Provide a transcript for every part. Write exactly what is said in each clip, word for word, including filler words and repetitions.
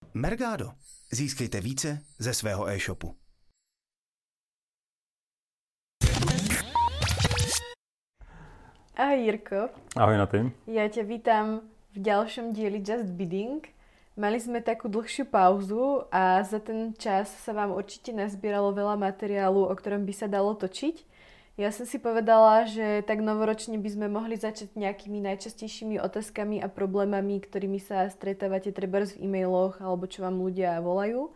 Mergado. Získejte více ze svého e-shopu. Ahoj Jirko. Ahoj Naty. Ja ťa vítam v ďalšom dieli Just Bidding. Mali sme takú dlhšiu pauzu a za ten čas sa vám určite nazbieralo veľa materiálu, o ktorom by sa dalo točiť. Ja som si povedala, že tak novoročne by sme mohli začať nejakými najčastejšími otázkami a problémami, ktorými sa stretávate trebárs v e-mailoch alebo čo vám ľudia volajú.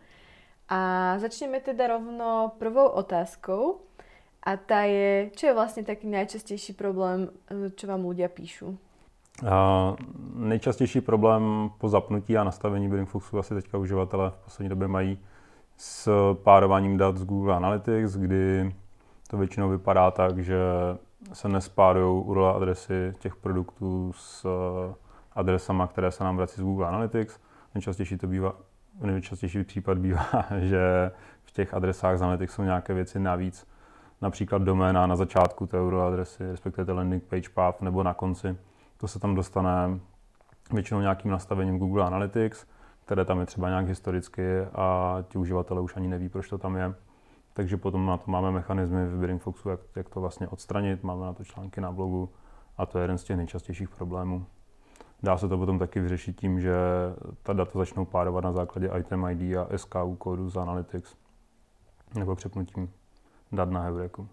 A začneme teda rovno prvou otázkou. A tá je, čo je vlastne taký najčastejší problém, čo vám ľudia píšu? Uh, nejčastější problém po zapnutí a nastavení BiddingFoxu asi teďka uživatelé v poslední době mají s párováním dat z Google Analytics, kdy to většinou vypadá tak, že se nespárují U R L adresy těch produktů s adresama, které se nám vrací z Google Analytics. Nejčastější to bývá, nejčastější případ bývá, že v těch adresách z Analytics jsou nějaké věci navíc. Například doména na začátku té U R L adresy, respektive landing page path, nebo na konci. To se tam dostane většinou nějakým nastavením Google Analytics, které tam je třeba nějak historicky a ti uživatelé už ani neví, proč to tam je. Takže potom na to máme mechanismy v BiddingFoxu, jak, jak to vlastně odstranit. Máme na to články na blogu a to je jeden z těch nejčastějších problémů. Dá se to potom taky vyřešit tím, že ta data začnou párovat na základě item I D a S K U kódu z Analytics nebo přepnutím dat na Heureku.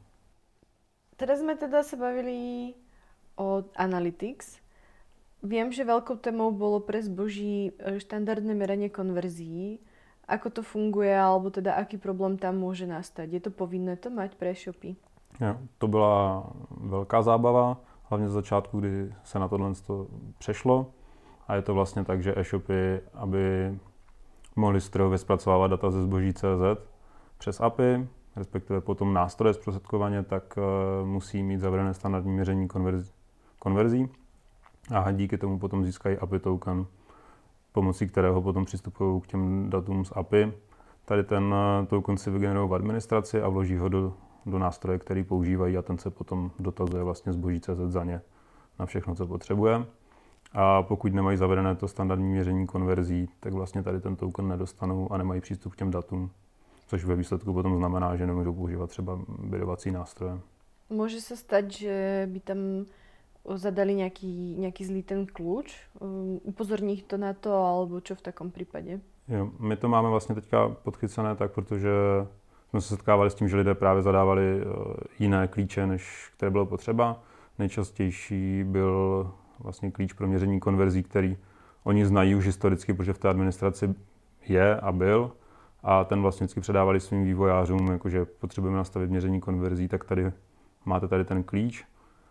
Teraz sme teda sa bavili o Analytics. Viem, že veľkou témou bolo pre zboží štandardné meranie konverzií. Ako to funguje, alebo teda aký problém tam môže nastať? Je to povinné to mať pre e-shopy? Jo, to byla velká zábava, hlavně z začátku, kdy se na tohle přešlo. A je to vlastně tak, že e-shopy, aby mohli strojově zpracovávat data ze zboží tečka cé zet přes A P I, respektive potom nástroje zprostředkovaně, tak uh, musí mít zavřené standardní měření konverzí, konverzí a díky tomu potom získají A P I token, pomocí kterého potom přistupují k těm datům z A P I. Tady ten uh, token si vygenerují v administraci a vloží ho do, do nástroje, který používají a ten se potom dotazuje vlastně zboží tečka cé zet za ně na všechno, co potřebuje. A pokud nemají zavedené to standardní měření konverzí, tak vlastně tady ten token nedostanou a nemají přístup k těm datům. Což ve výsledku potom znamená, že nemůžou používat třeba bidovací nástroje. Môže sa stať, že by tam zadali nejaký, nejaký zlý ten kľúč? Upozorní to na to, alebo čo v takom prípade? Jo, my to máme vlastně teďka podchycené tak, protože jsme se setkávali s tím, že lidé právě zadávali jiné klíče, než které bylo potřeba. Nejčastější byl vlastně klíč pro měření konverzí, který oni znají už historicky, protože v té administraci je a byl. A ten vlastně vždycky předávali svým vývojářům, jakože potřebujeme nastavit měření konverzí, tak tady máte tady ten klíč.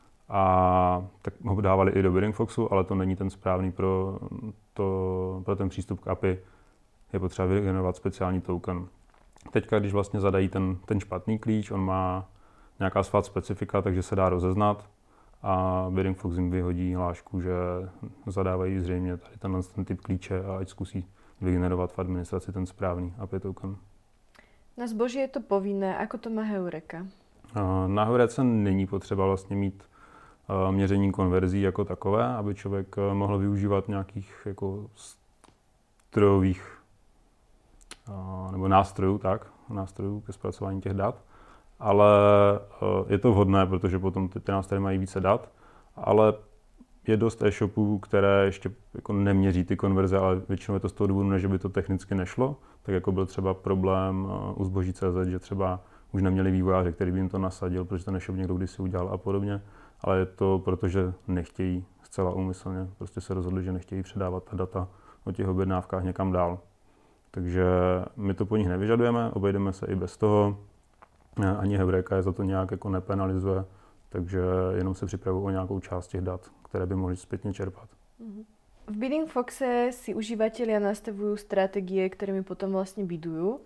A tak ho dávali i do BiddingFoxu, ale to není ten správný pro, to, pro ten přístup k A P I. Je potřeba vygenerovat speciální token. Teďka, když vlastně zadají ten, ten špatný klíč, on má nějaká svá specifika, takže se dá rozeznat. A BiddingFox jim vyhodí hlášku, že zadávají zřejmě tady tenhle ten typ klíče a ať zkusí vygenerovat v administraci ten správný A P I token. Na zboží je to povinné. Ako to má Heureka? Na Heurece není potřeba vlastně mít měření konverzí jako takové, aby člověk mohl využívat nějakých jako strojových nebo nástrojů, tak, nástrojů ke zpracování těch dat. Ale je to vhodné, protože potom ty, ty nástroje mají více dat, ale je dost e-shopů, které ještě jako neměří ty konverze, ale většinou je to z toho důvodu, ne, že by to technicky nešlo, tak jako byl třeba problém u zboží tečka cé zet, že třeba už neměli vývojáře, který by jim to nasadil, protože ten e-shop někdo kdysi udělal a podobně, ale je to proto, že nechtějí zcela úmyslně, prostě se rozhodli, že nechtějí předávat ta data o těch objednávkách někam dál. Takže my to po nich nevyžadujeme, obejdeme se i bez toho, ani Heureka je za to nějak jako nepenalizuje, takže jenom se připravují o nějakou část těch dat, které by mohli zpětně čerpat. V BiddingFoxe si užívateľia nastavujú stratégie, ktorými potom vlastne bidujú.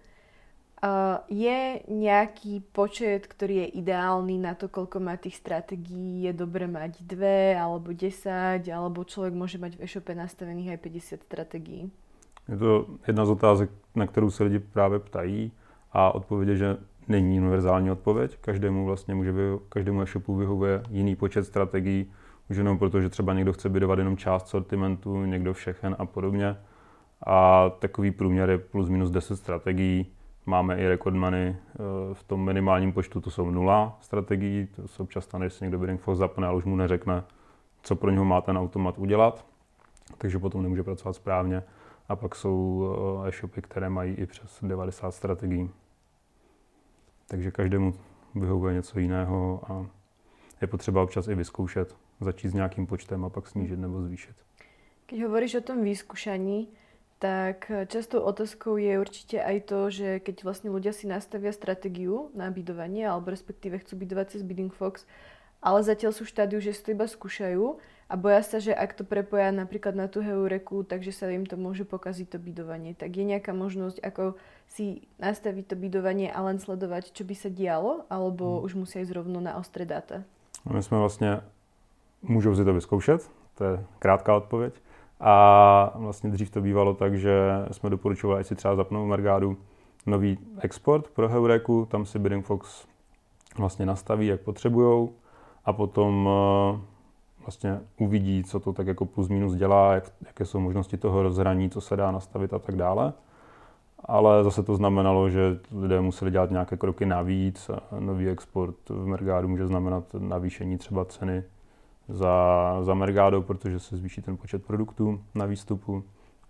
Je nejaký počet, ktorý je ideálny na to, koľko má tých stratégií? Je dobre mať dve, alebo desať, alebo človek môže mať v e-shope nastavených aj päťdesiat stratégií? Je to jedna z otázek, na kterou se lidi právě ptají a odpověď je, že není univerzální odpověď. Každému vlastně může vyho- každému e-shopu vyhovuje jiný počet strategií, už jenom proto, že třeba někdo chce bidovat jenom část sortimentu, někdo všechen a podobně. a takový průměr je plus minus deset strategií. Máme i record money v tom minimálním počtu, to jsou nula strategií, to se občas stane, že si někdo Bidding Fox zapne, ale už mu neřekne, co pro něho má ten automat udělat, takže potom nemůže pracovat správně. A pak jsou e-shopy, které mají i přes devadesát strategií. Takže každému vyhovuje něco jiného a je potřeba občas i vyzkoušet, začít s nějakým počtem a pak snížit nebo zvýšit. Keď hovoríš o tom vyskúšaní, tak častou otázkou je určite aj to, že keď vlastne ľudia si nastavia stratégiu na bidovanie, alebo respektíve chcú bidovať cez Bidding Fox, ale zatiaľ sú v štádiu, že si to iba skúšajú a boja sa, že ak to prepoja napríklad na tú heureku, takže sa im to môže pokaziť to bidovanie. Tak je nejaká možnosť, ako si nastaviť to bidovanie a len sledovať, čo by sa dialo, alebo hmm. už musia ísť rovno na ostré data? My jsme vlastně, můžou si to vyzkoušet, to je krátká odpověď. A vlastně dřív to bývalo tak, že jsme doporučovali, ať si třeba zapnou v Mergádu nový export pro heureku, tam si Bidding Fox vlastně nastaví, jak potřebujou a potom vlastně uvidí, co to tak jako plus minus dělá, jak, jaké jsou možnosti toho rozhraní, co se dá nastavit a tak dále. Ale zase to znamenalo, že lidé museli dělat nějaké kroky navíc. Nový export v Mergádu může znamenat navýšení třeba ceny za, za Mergádou, protože se zvýší ten počet produktů na výstupu.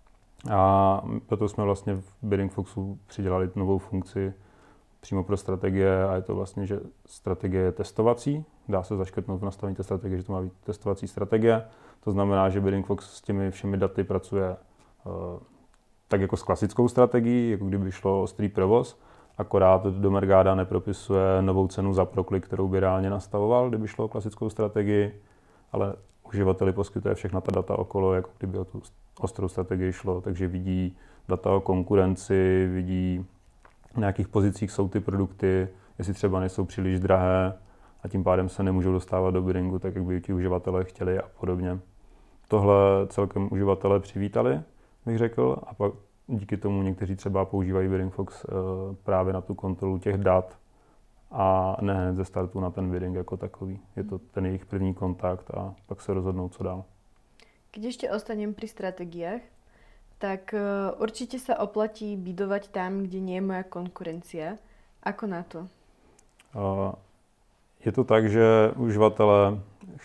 A proto jsme vlastně v Bidding Foxu přidělali novou funkci přímo pro strategie a je to vlastně, že strategie je testovací. Dá se zaškrtnout v nastavení té strategie, že to má být testovací strategie. To znamená, že Bidding Fox s těmi všemi daty pracuje uh, tak jako s klasickou strategií, jako kdyby šlo ostrý provoz, akorát do Mergáda nepropisuje novou cenu za proklik, kterou by reálně nastavoval, kdyby šlo o klasickou strategii, ale uživateli poskytuje všechna ta data okolo, jako kdyby o tu ostrou strategii šlo, takže vidí data o konkurenci, vidí na jakých pozicích jsou ty produkty, jestli třeba nejsou příliš drahé a tím pádem se nemůžou dostávat do biddingu, tak jak by ti uživatelé chtěli a podobně. Tohle celkem uživatelé přivítali, bych řekl, a pak díky tomu někteří třeba používají Bidding Fox právě na tu kontrolu těch dat a ne hned ze startu na ten bidding jako takový. Je to ten jejich první kontakt a pak se rozhodnou, co dál. Keď ešte ostanem pri stratégiách, tak určite sa oplatí bidovať tam, kde nie je moja konkurencia. Ako na to? Je to tak, že uživatelé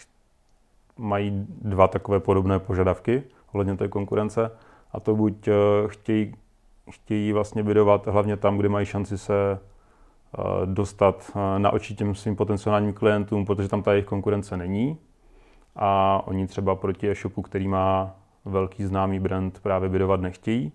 mají dva takové podobné požadavky ohledně té konkurence. A to buď chtějí, chtějí vlastně bidovat hlavně tam, kde mají šanci se dostat na oči těm svým potenciálním klientům, protože tam ta jejich konkurence není. A oni třeba proti e-shopu, který má velký známý brand, právě bidovat nechtějí.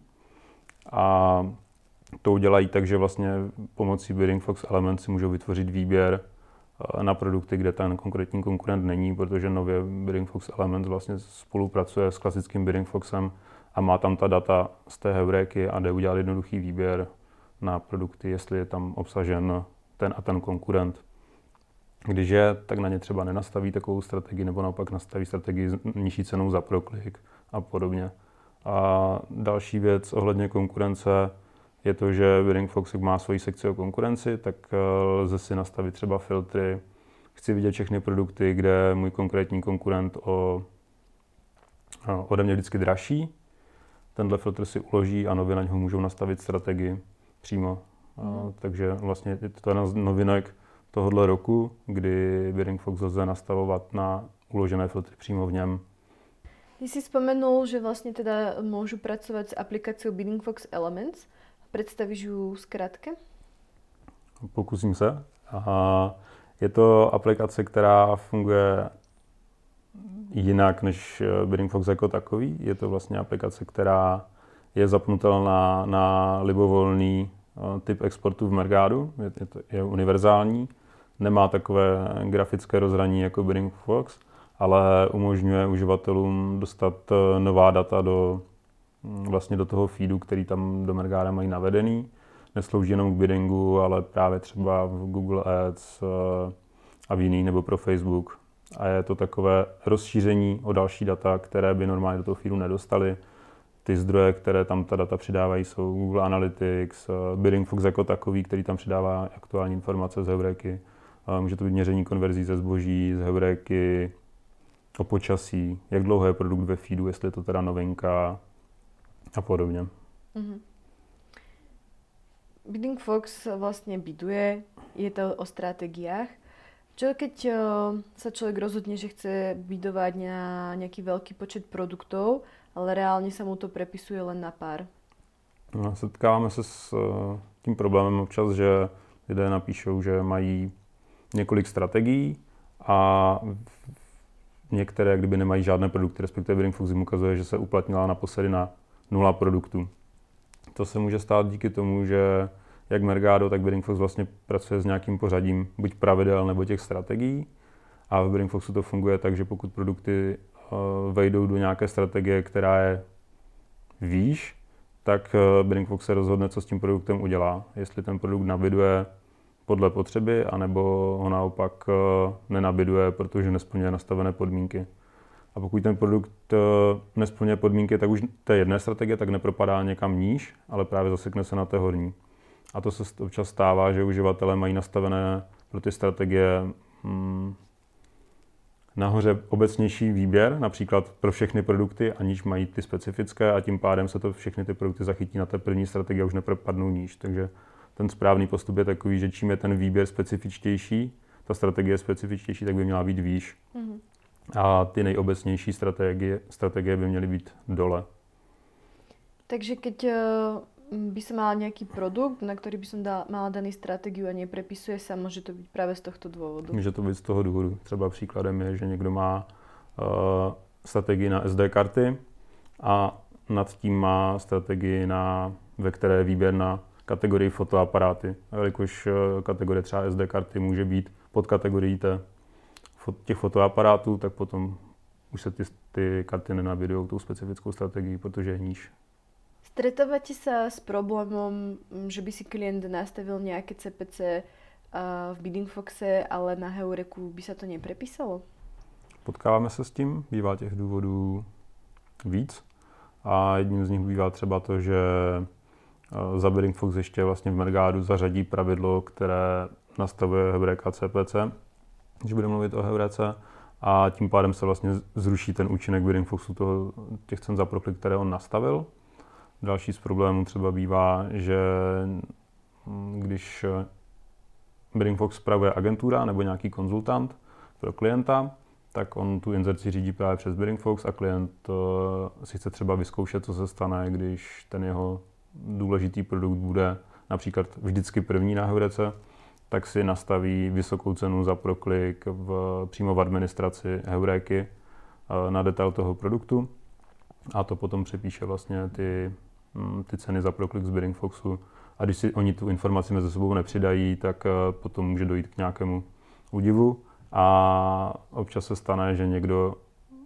A to udělají tak, že vlastně pomocí Bidding Fox Element si můžou vytvořit výběr na produkty, kde ten konkrétní konkurent není, protože nově Bidding Fox Element vlastně spolupracuje s klasickým Bidding Foxem a má tam ta data z té heuréky a jde udělat jednoduchý výběr na produkty, jestli je tam obsažen ten a ten konkurent. Když je, tak na ně třeba nenastaví takovou strategii, nebo naopak nastaví strategii s nižší cenou za proklik a podobně. A další věc ohledně konkurence je to, že Bidding Fox má svoji sekci o konkurenci, tak lze si nastavit třeba filtry. Chci vidět všechny produkty, kde můj konkrétní konkurent o, ode mě vždycky dražší. Tenhle filtr si uloží a nově na něho můžou nastavit strategii přímo. Mm. A, takže vlastně je to jedna z novinek tohohle roku, kdy Bidding Fox lze nastavovat na uložené filtry přímo v něm. Ty si spomenul, že vlastně teda môžu pracovat s aplikáciou Bidding Fox Elements. Představíš ju zkrátke? Pokusím se. Aha. Je to aplikace, která funguje jinak než Bidding Fox jako takový. Je to vlastně aplikace, která je zapnutelná na libovolný typ exportu v Mergádu. Je, je, to, je univerzální. Nemá takové grafické rozhraní jako Bidding Fox, ale umožňuje uživatelům dostat nová data do, vlastně do toho feedu, který tam do Mergáda mají navedený. Neslouží jenom k biddingu, ale právě třeba v Google Ads a v jiný, nebo pro Facebook. A je to takové rozšíření o další data, které by normálně do toho feedu nedostali. Ty zdroje, které tam ta data přidávají, jsou Google Analytics, Bidding Fox jako takový, který tam přidává aktuální informace z heuréky. Může to být měření konverzí ze zboží, z heuréky, o počasí, jak dlouho je produkt ve feedu, jestli je to teda novinka A podobně. Uh-huh. Bidding Fox vlastne biduje, je to o stratégiách. Čo keď uh, sa človek rozhodne, že chce bidovať na nejaký veľký počet produktov, ale reálne sa mu to prepisuje len na pár? No, setkáváme se s uh, tím problémem občas, že lidé napíšou, že mají několik strategií a některé, kdyby nemají žádné produkty, respektive Bidding Fox jim ukazuje, že se uplatnila naposledy na nula produktů. To se může stát díky tomu, že jak Mercado, tak Bidding Fox vlastně pracuje s nějakým pořadím buď pravidel nebo těch strategií. A v Bidding Foxu to funguje tak, že pokud produkty uh, vejdou do nějaké strategie, která je výš, tak uh, Bidding Fox se rozhodne, co s tím produktem udělá. Jestli ten produkt nabiduje podle potřeby, anebo ho naopak uh, nenabiduje, protože nesplňuje nastavené podmínky. A pokud ten produkt uh, nesplňuje podmínky, tak už té jedné strategie tak nepropadá někam níž, ale právě zasekne se na té horní. A to se občas stává, že uživatelé mají nastavené pro ty strategie hmm, nahoře obecnější výběr, například pro všechny produkty, aniž mají ty specifické a tím pádem se to všechny ty produkty zachytí na té první strategii a už nepropadnou níž. Takže ten správný postup je takový, že čím je ten výběr specifičtější, ta strategie specifičtější, tak by měla být výš. Mm-hmm. A ty nejobecnější strategie, strategie by měly být dole. Takže keď by som mala nejaký produkt, na ktorý by som dala, mala daný stratégiu a neprepisuje sa, môže to byť práve z tohto dôvodu? Může to být z toho důvodu. Třeba příkladem je, že někdo má uh, strategii na es dé karty a nad tím má strategii, na, ve které je výběr na kategorii fotoaparáty. A jelikož uh, kategorie třeba es dé karty může být pod kategorií té, těch fotoaparátů, tak potom už se ty, ty karty nenabidují tou specifickou strategií, protože je níž. Stretávate sa s problémom, že by si klient nastavil nejaké cé pé cé v Bidding Foxe, ale na Heureku by sa to neprepísalo? Potkáváme se s tím, bývá těch důvodů víc. A jedním z nich bývá třeba to, že za Bidding Fox ještě vlastně v Mercadu zařadí pravidlo, které nastavuje Heureka cé pé cé, když budeme mluvit o Heurece, a tím pádem se vlastně zruší ten účinek Bidding Foxu toho, těch cen za proklik, které on nastavil. Další z problémů třeba bývá, že když Bidding Fox spravuje agentura nebo nějaký konzultant pro klienta, tak on tu inzerci řídí právě přes Bidding Fox a klient si chce třeba vyzkoušet, co se stane, když ten jeho důležitý produkt bude například vždycky první na Heurece, tak si nastaví vysokou cenu za proklik v, přímo v administraci Heureky na detail toho produktu a to potom přepíše vlastně ty, ty ceny za proklik z Bidding Foxu. A když si oni tu informaci mezi sebou nepřidají, tak potom může dojít k nějakému údivu. A občas se stane, že někdo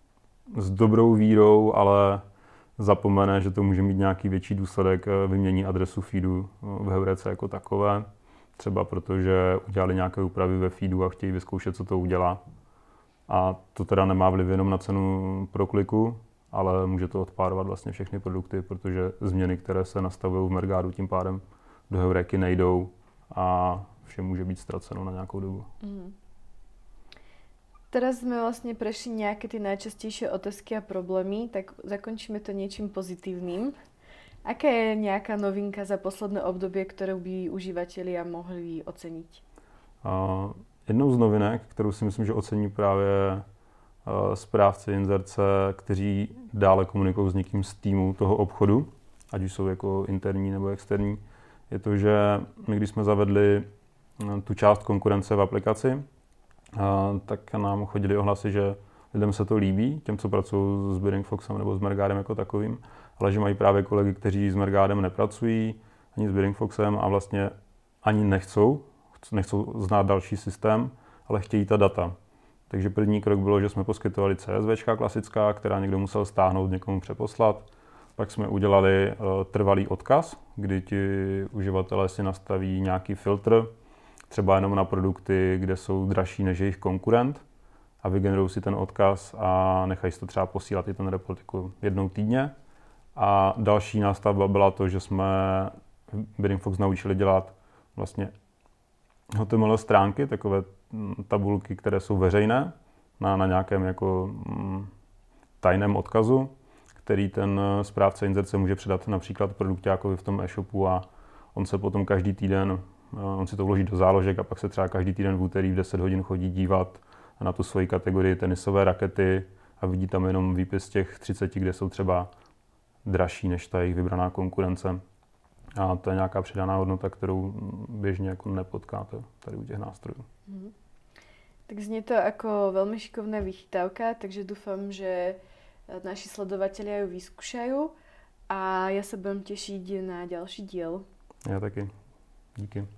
s dobrou vírou, ale zapomene, že to může mít nějaký větší důsledek, vymění adresu feedu v Heurece jako takové. Třeba protože udělali nějaké úpravy ve feedu a chtějí vyzkoušet, co to udělá. A to teda nemá vliv jenom na cenu prokliku, ale může to odpárovat vlastně všechny produkty, protože změny, které se nastavují v Mercadu, tím pádem do Heureky nejdou a vše může být ztraceno na nějakou dobu. Mm. Teraz sme vlastne prešli nejaké tie najčastejšie otázky a problémy, tak zakončíme to niečím pozitívnym. Aká je nejaká novinka za posledné obdobie, ktorú by užívateľia mohli oceniť? Uh, jednou z novinek, kterou si myslím, že ocení právě uh, správci inzerce, kteří dále komunikují s někým z týmu toho obchodu, ať už jsou jako interní nebo externí, je to, že my když jsme zavedli uh, tu část konkurence v aplikaci, Uh, tak nám chodili ohlasy, že lidem se to líbí, těm, co pracují s Bidding Foxem nebo s Mercadem jako takovým, ale že mají právě kolegy, kteří s Mercadem nepracují, ani s Bidding Foxem a vlastně ani nechcou, nechcou znát další systém, ale chtějí ta data. Takže první krok bylo, že jsme poskytovali CSVčka klasická, která někdo musel stáhnout, někomu přeposlat. Pak jsme udělali uh, trvalý odkaz, kdy ti uživatelé si nastaví nějaký filtr, třeba jenom na produkty, kde jsou dražší než jejich konkurent a vygenerují si ten odkaz a nechají si to třeba posílat i ten report jako jednou týdně. A další nástavba byla to, že jsme Bidding Fox naučili dělat vlastně H T M L stránky, takové tabulky, které jsou veřejné na, na nějakém jako mm, tajném odkazu, který ten správce inzerce může předat například produkťákovi v tom e-shopu a on se potom každý týden, on si to vloží do záložek a pak se třeba každý týden v úterý v deset hodin chodí dívat na tu svoji kategorii tenisové rakety a vidí tam jenom výpis těch třiceti, kde jsou třeba dražší než ta jejich vybraná konkurence. A to je nějaká přidaná hodnota, kterou běžně jako nepotkáte tady u těch nástrojů. Mm. Tak znie to ako veľmi šikovná vychytávka, takže dúfam, že naši sledovatelia ju vyskúšajú a ja sa budem tešiť na ďalší diel. Já taky. Díky.